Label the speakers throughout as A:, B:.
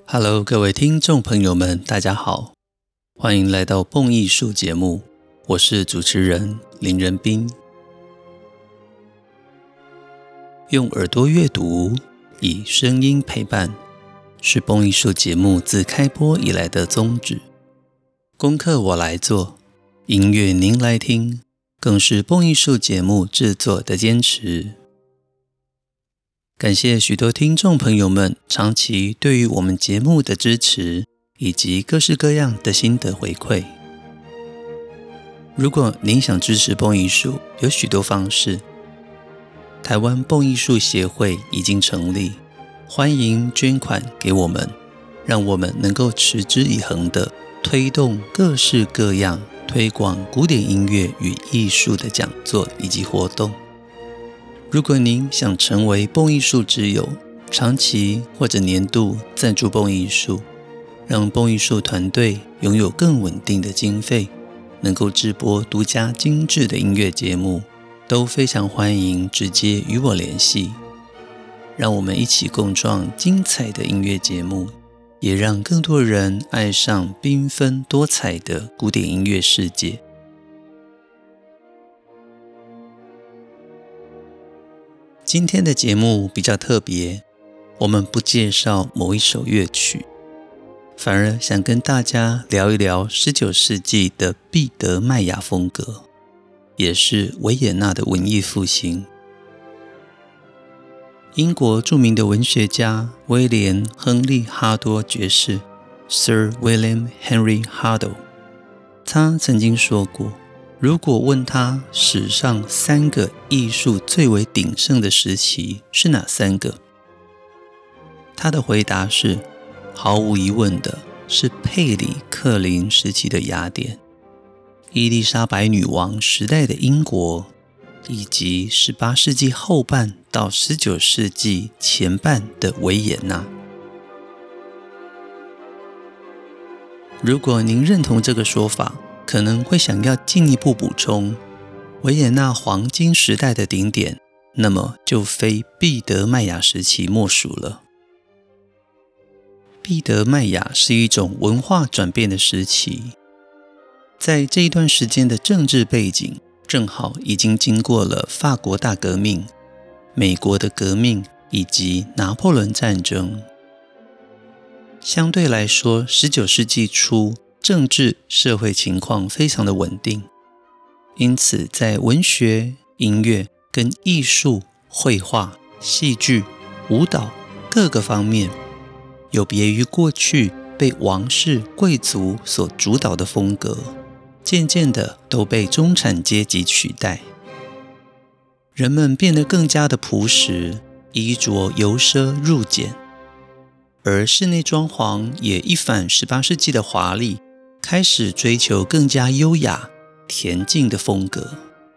A: Hello， 各位听众朋友们，大家好，欢迎来到蹦艺术节目，我是主持人林仁斌。用耳朵阅读，以声音陪伴，是蹦艺术节目自开播以来的宗旨。功课我来做，音乐您来听，更是蹦艺术节目制作的坚持。感谢许多听众朋友们长期对于我们节目的支持，以及各式各样的心得回馈。如果您想支持蹦艺术，有许多方式。台湾蹦艺术协会已经成立，欢迎捐款给我们，让我们能够持之以恒地推动各式各样推广古典音乐与艺术的讲座以及活动。如果您想成为蹦艺术之友，长期或者年度赞助蹦艺术，让蹦艺术团队拥有更稳定的经费，能够制播独家精致的音乐节目，都非常欢迎直接与我联系。让我们一起共创精彩的音乐节目，也让更多人爱上缤纷多彩的古典音乐世界。今天的节目比较特别，我们不介绍某一首乐曲，反而想跟大家聊一聊19世纪的毕德麦雅风格，也是维也纳的文艺复兴。英国著名的文学家威廉·亨利·哈多爵士 Sir William Henry Hardo， 他曾经说过，如果问他史上3个艺术最为鼎盛的时期是哪3个，他的回答是，毫无疑问的是佩里克林时期的雅典，伊丽莎白女王时代的英国，以及18世纪后半到19世纪前半的维也纳。如果您认同这个说法，可能会想要进一步补充，维也纳黄金时代的顶点，那么就非毕德麦雅时期莫属了。毕德麦雅是一种文化转变的时期，在这一段时间的政治背景，正好已经经过了法国大革命、美国的革命以及拿破仑战争。相对来说，19世纪初政治社会情况非常的稳定，因此在文学、音乐跟艺术、绘画、戏剧、舞蹈各个方面，有别于过去被王室贵族所主导的风格，渐渐的都被中产阶级取代。人们变得更加的朴实，衣着由奢入俭，而室内装潢也一反18世纪的华丽，开始追求更加优雅、恬静的风格。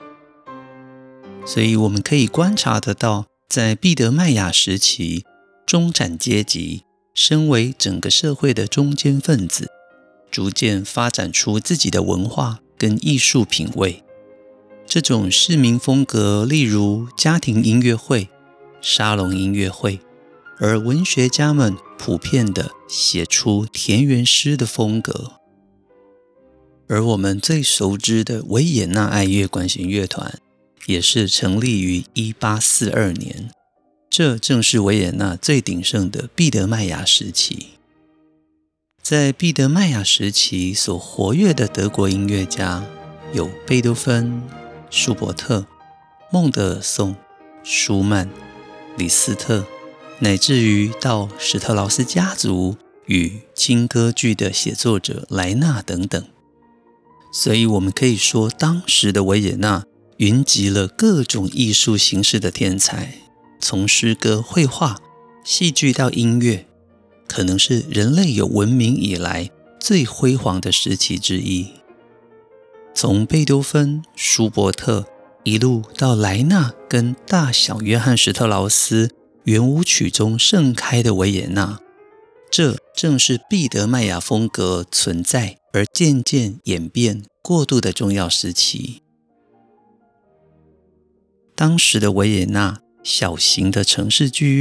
A: 所以我们可以观察得到，在毕德麦雅时期，中产阶级身为整个社会的中间分子，逐渐发展出自己的文化跟艺术品味。这种市民风格，例如家庭音乐会、沙龙音乐会，而文学家们普遍地写出田园诗的风格。而我们最熟知的维也纳爱乐管弦乐团，也是成立于1842年，这正是维也纳最鼎盛的毕德麦雅时期。在毕德麦雅时期所活跃的德国音乐家有贝多芬、舒伯特、孟德尔颂、舒曼、李斯特，乃至于到史特劳斯家族与轻歌剧的写作者莱纳等等。所以我们可以说，当时的维也纳云集了各种艺术形式的天才，从诗歌、绘画、戏剧到音乐，可能是人类有文明以来最辉煌的时期之一。从贝多芬、舒伯特一路到莱纳跟大小约翰史特劳斯圆舞曲中盛开的维也纳，这正是毕德麦雅风格存在而渐渐演变过渡的重要时期。当时的维也纳小型的城市剧院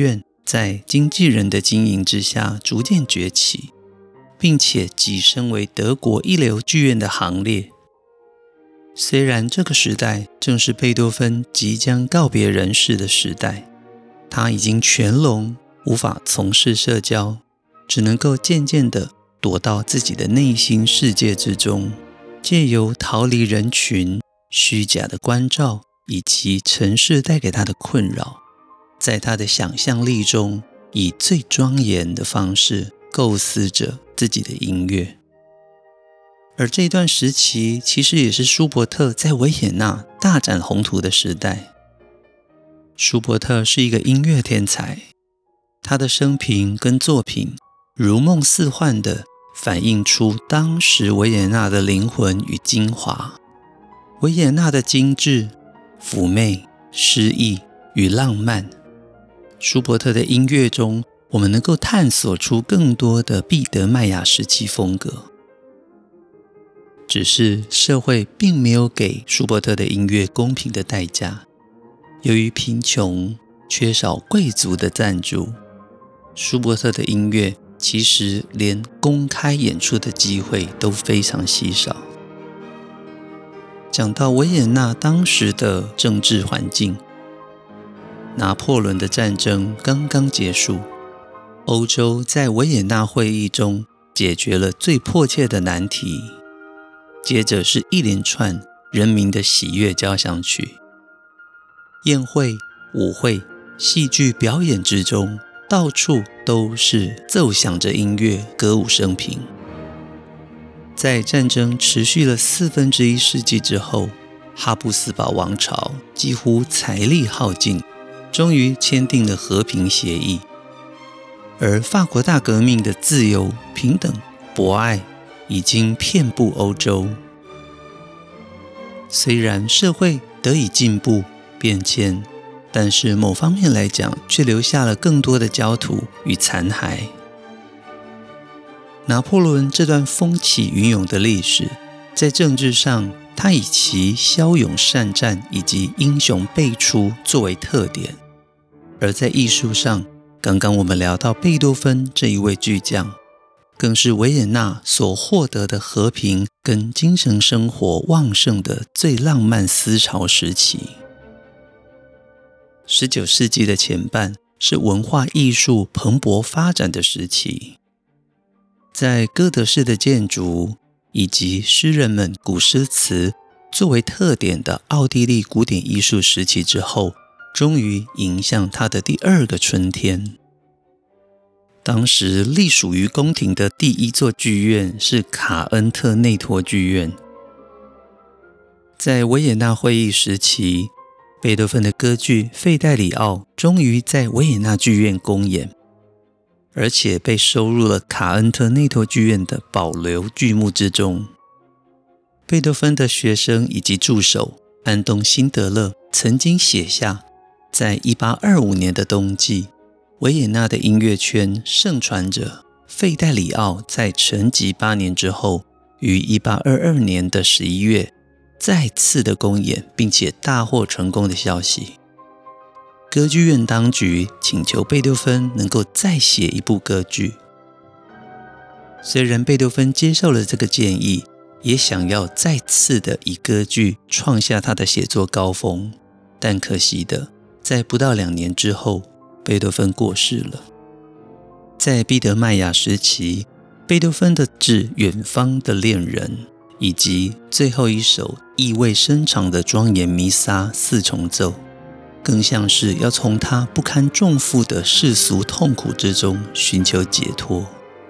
A: 在经纪人的经营之下逐渐崛起，并且跻身为德国一流剧院的行列。虽然这个时代正是贝多芬即将告别人世的时代，他已经全聋，无法从事社交，只能够渐渐地躲到自己的内心世界之中，借由逃离人群、虚假的关照以及尘世带给他的困扰，在他的想象力中以最庄严的方式构思着自己的音乐。而这段时期其实也是舒伯特在维也纳大展宏图的时代。舒伯特是一个音乐天才，他的生平跟作品如梦似幻地反映出当时维也纳的灵魂与精华，维也纳的精致、妩媚、诗意与浪漫。舒伯特的音乐中，我们能够探索出更多的毕德麦雅时期风格。只是社会并没有给舒伯特的音乐公平的代价。由于贫穷，缺少贵族的赞助，舒伯特的音乐其实连公开演出的机会都非常稀少。讲到维也纳当时的政治环境，拿破仑的战争刚刚结束，欧洲在维也纳会议中解决了最迫切的难题，接着是一连串人民的喜悦交响曲。宴会、舞会、戏剧表演之中，到处都是奏响着音乐，歌舞升平。在战争持续了1/4世纪之后，哈布斯堡王朝几乎财力耗尽，终于签订了和平协议。而法国大革命的自由、平等、博爱已经遍布欧洲。虽然社会得以进步变迁，但是某方面来讲，却留下了更多的焦土与残骸。拿破仑这段风起云涌的历史，在政治上，他以其骁勇善战以及英雄辈出作为特点；而在艺术上，刚刚我们聊到贝多芬这一位巨匠，更是维也纳所获得的和平跟精神生活旺盛的最浪漫思潮时期。19世纪的前半是文化艺术蓬勃发展的时期，在哥德式的建筑以及诗人们古诗词作为特点的奥地利古典艺术时期之后，终于迎向它的第2个春天。当时隶属于宫廷的第1座剧院是卡恩特内托剧院。在维也纳会议时期，贝多芬的歌剧《费代里奥》终于在维也纳剧院公演，而且被收入了卡恩特内托剧院的保留剧目之中。贝多芬的学生以及助手安东·辛德勒曾经写下，在1825年的冬季，维也纳的音乐圈盛传着费代里奥在沉寂8年之后，于1822年的11月再次的公演，并且大获成功的消息。歌剧院当局请求贝多芬能够再写一部歌剧。虽然贝多芬接受了这个建议，也想要再次的以歌剧创下他的写作高峰，但可惜的，在不到2年之后，贝多芬过世了。在毕德麦雅时期，贝多芬的《致远方的恋人》以及最后一首意味深长的庄严弥撒4重奏，更像是要从他不堪重负的世俗痛苦之中寻求解脱。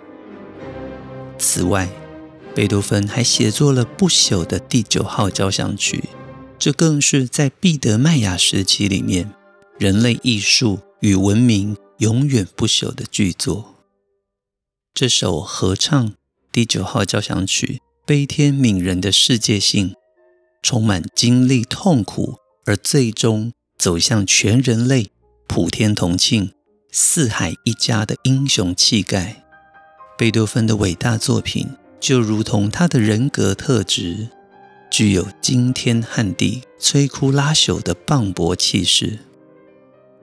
A: 此外，贝多芬还写作了不朽的第9号交响曲，这更是在毕德麦雅时期里面人类艺术与文明永远不朽的巨作。这首合唱第9号交响曲悲天悯人的世界性，充满经历痛苦而最终走向全人类普天同庆、四海一家的英雄气概。贝多芬的伟大作品就如同他的人格特质，具有惊天撼地、摧枯拉朽的磅礴气势。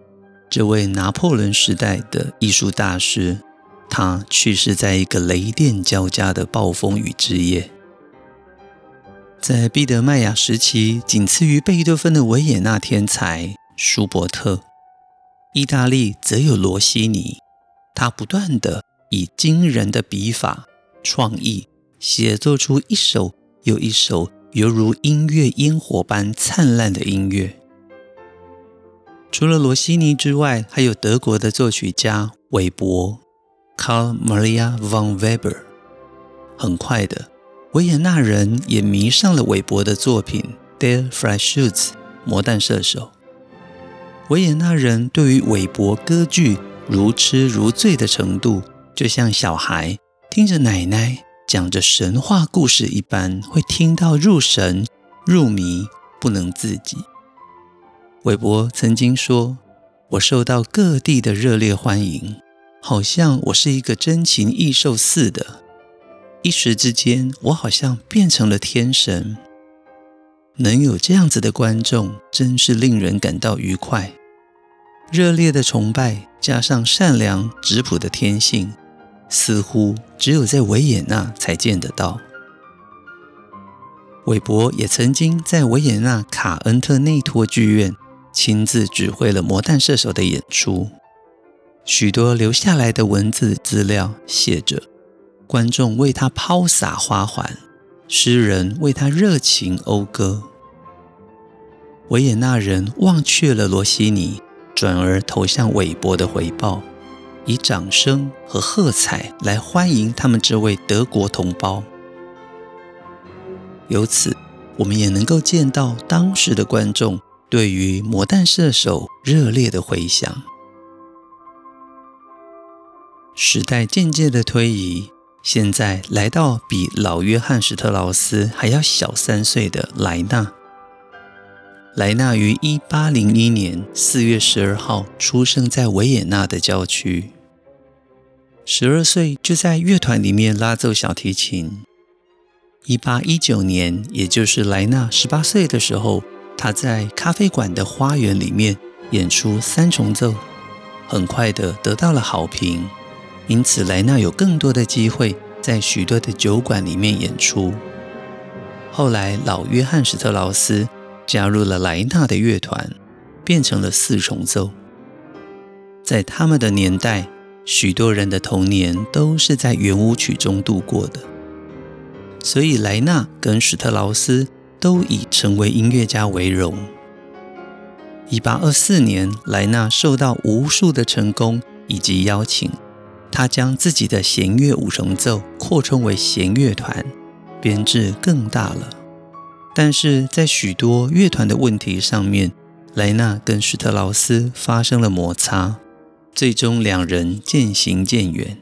A: 这位拿破仑时代的艺术大师，他去世在一个雷电交加的暴风雨之夜。在毕德麦雅时期，仅次于贝多芬的维也纳天才舒伯特，意大利则有罗西尼。他不断地以惊人的笔法、创意写作出一首又一首犹如音乐烟火般灿烂的音乐。除了罗西尼之外，还有德国的作曲家韦伯 Carl Maria von Weber。 很快的，维也纳人也迷上了韦伯的作品 Der Freischütz 魔弹射手。维也纳人对于韦伯歌剧如痴如醉的程度，就像小孩听着奶奶讲着神话故事一般，会听到入神入迷，不能自己。韦伯曾经说，我受到各地的热烈欢迎，好像我是一个珍禽异兽似的，一时之间我好像变成了天神。能有这样子的观众，真是令人感到愉快。热烈的崇拜加上善良质朴的天性，似乎只有在维也纳才见得到。韦伯也曾经在维也纳卡恩特内托剧院亲自指挥了魔弹射手的演出。许多留下来的文字资料写着，观众为他抛洒花环，诗人为他热情讴歌。维也纳人忘却了罗西尼，转而投向韦伯的回报，以掌声和喝彩来欢迎他们这位德国同胞。由此，我们也能够见到当时的观众对于魔弹射手热烈的回响。时代渐渐的推移，现在来到比老约翰史特劳斯还要小3岁的莱纳。莱纳于1801年4月12号出生在维也纳的郊区，12岁就在乐团里面拉奏小提琴。1819年，也就是莱纳18岁的时候，他在咖啡馆的花园里面演出3重奏，很快的得到了好评，因此莱纳有更多的机会在许多的酒馆里面演出。后来老约翰史特劳斯加入了莱纳的乐团，变成了4重奏。在他们的年代，许多人的童年都是在圆舞曲中度过的，所以莱纳跟史特劳斯都以成为音乐家为荣。1824年，莱纳受到无数的成功以及邀请，他将自己的弦乐5重奏扩充为弦乐团，编制更大了。但是在许多乐团的问题上面，莱纳跟史特劳斯发生了摩擦，最终2人渐行渐远。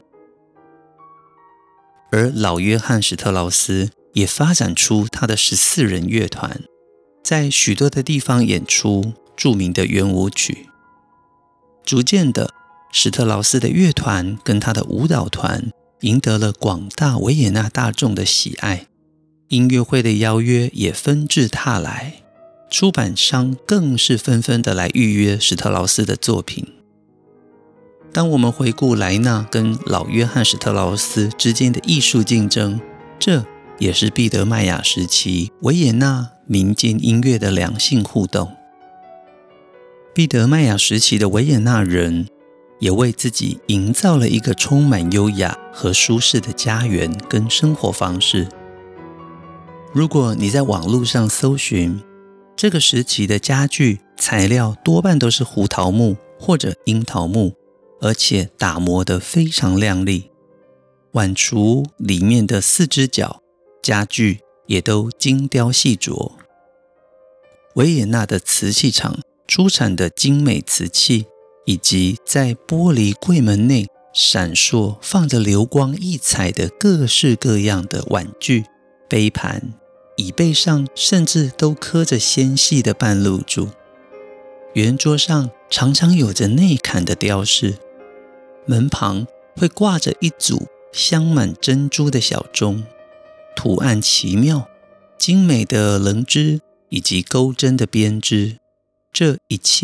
A: 而老约翰史特劳斯也发展出他的14人乐团，在许多的地方演出著名的圆舞曲。逐渐的，史特劳斯的乐团跟他的舞蹈团赢得了广大维也纳大众的喜爱，音乐会的邀约也纷至沓来，出版商更是纷纷的来预约史特劳斯的作品。当我们回顾莱纳跟老约翰史特劳斯之间的艺术竞争，这也是毕德麦雅时期维也纳民间音乐的良性互动。毕德麦雅时期的维也纳人也为自己营造了一个充满优雅和舒适的家园跟生活方式。如果你在网络上搜寻，这个时期的家具材料多半都是胡桃木或者樱桃木，而且打磨得非常亮丽。碗橱里面的4只脚家具也都精雕细琢。维也纳的瓷器厂出产的精美瓷器，以及在玻璃柜门内闪烁放着流光溢彩的各式各样的碗具、杯盘，椅背上甚至都刻着纤细的半露珠。圆桌上常常有着内坎的雕饰，门旁会挂着一组镶满珍珠的小钟，图案奇妙，精美的棱枝以及钩针的编织，这一切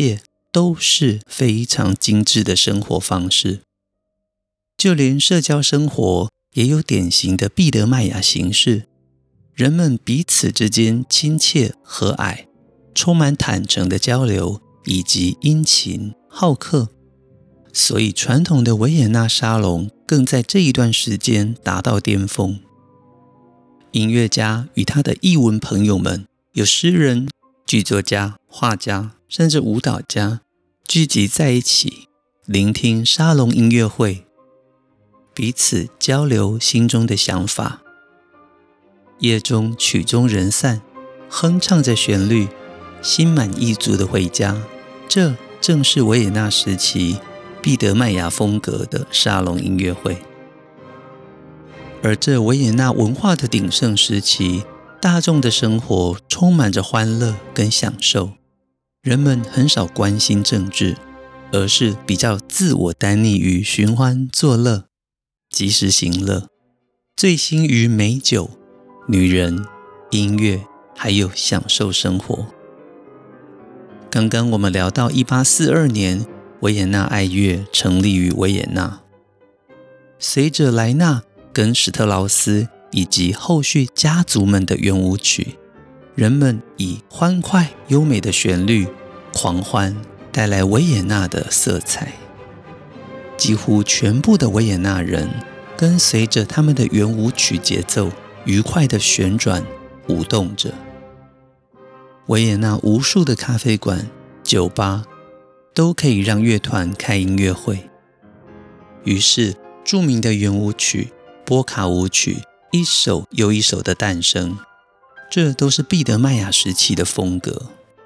A: 都是非常精致的生活方式。就连社交生活也有典型的毕德麦雅形式，人们彼此之间亲切和蔼，充满坦诚的交流以及殷勤好客，所以传统的维也纳沙龙更在这一段时间达到巅峰。音乐家与他的艺文朋友们，有诗人、剧作家、画家，甚至舞蹈家聚集在一起，聆听沙龙音乐会，彼此交流心中的想法。夜中曲终人散，哼唱着旋律，心满意足的回家。这正是维也纳时期毕德麦雅风格的沙龙音乐会。而这维也纳文化的鼎盛时期，大众的生活充满着欢乐跟享受，人们很少关心政治，而是比较自我耽溺于寻欢作乐、及时行乐，醉心于美酒、女人、音乐，还有享受生活。刚刚我们聊到1842年，维也纳爱乐成立于维也纳。随着莱纳跟史特劳斯以及后续家族们的圆舞曲，人们以欢快优美的旋律狂欢，带来维也纳的色彩。几乎全部的维也纳人跟随着他们的圆舞曲节奏，愉快地旋转舞动着。维也纳无数的咖啡馆、酒吧都可以让乐团开音乐会，于是著名的圆舞曲、波卡舞曲一首又一首的诞生，这都是毕德麦雅时期的风格。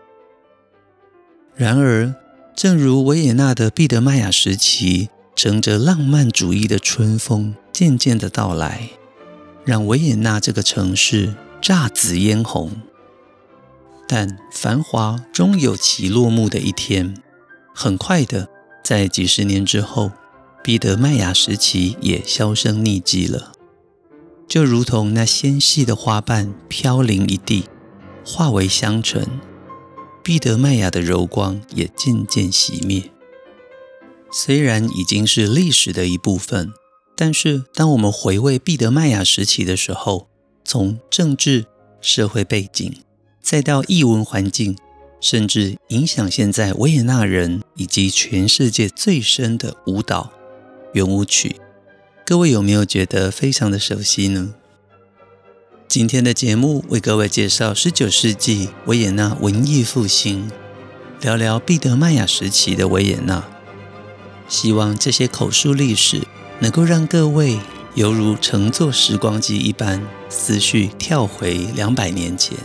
A: 然而，正如维也纳的毕德麦雅时期，乘着浪漫主义的春风渐渐的到来，让维也纳这个城市姹紫嫣红。但繁华终有其落幕的一天，很快的，在几十年之后，毕德麦雅时期也销声匿迹了。就如同那纤细的花瓣飘零一地，化为香尘，毕德麦雅的柔光也渐渐熄灭。虽然已经是历史的一部分，但是当我们回味毕德麦雅时期的时候，从政治、社会背景，再到艺文环境，甚至影响现在维也纳人以及全世界最深的舞蹈、圆舞曲，各位有没有觉得非常的熟悉呢？今天的节目为各位介绍19世纪维也纳文艺复兴，聊聊毕德麦雅时期的维也纳。希望这些口述历史能够让各位犹如乘坐时光机一般，思绪跳回200年前。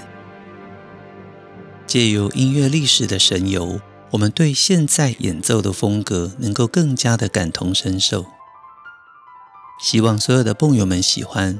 A: 借由音乐历史的神游，我们对现在演奏的风格能够更加的感同身受。希望所有的蹦友们喜欢。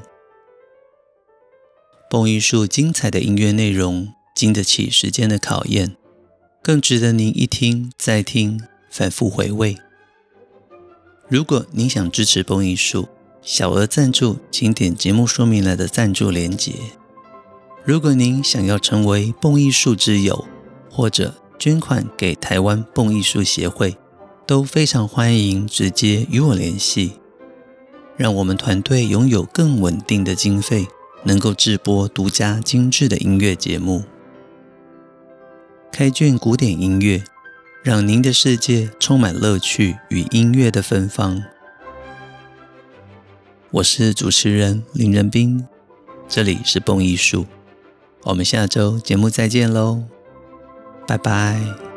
A: 蹦艺术精彩的音乐内容经得起时间的考验，更值得您一听再听，反复回味。如果您想支持蹦艺术，小额赞助请点节目说明栏的赞助连结。如果您想要成为蹦艺术之友，或者捐款给台湾蹦艺术协会，都非常欢迎直接与我联系，让我们团队拥有更稳定的经费，能够制播独家精致的音乐节目。开卷古典音乐，让您的世界充满乐趣与音乐的芬芳。我是主持人林仁斌，这里是蹦艺术，我们下周节目再见喽，拜拜。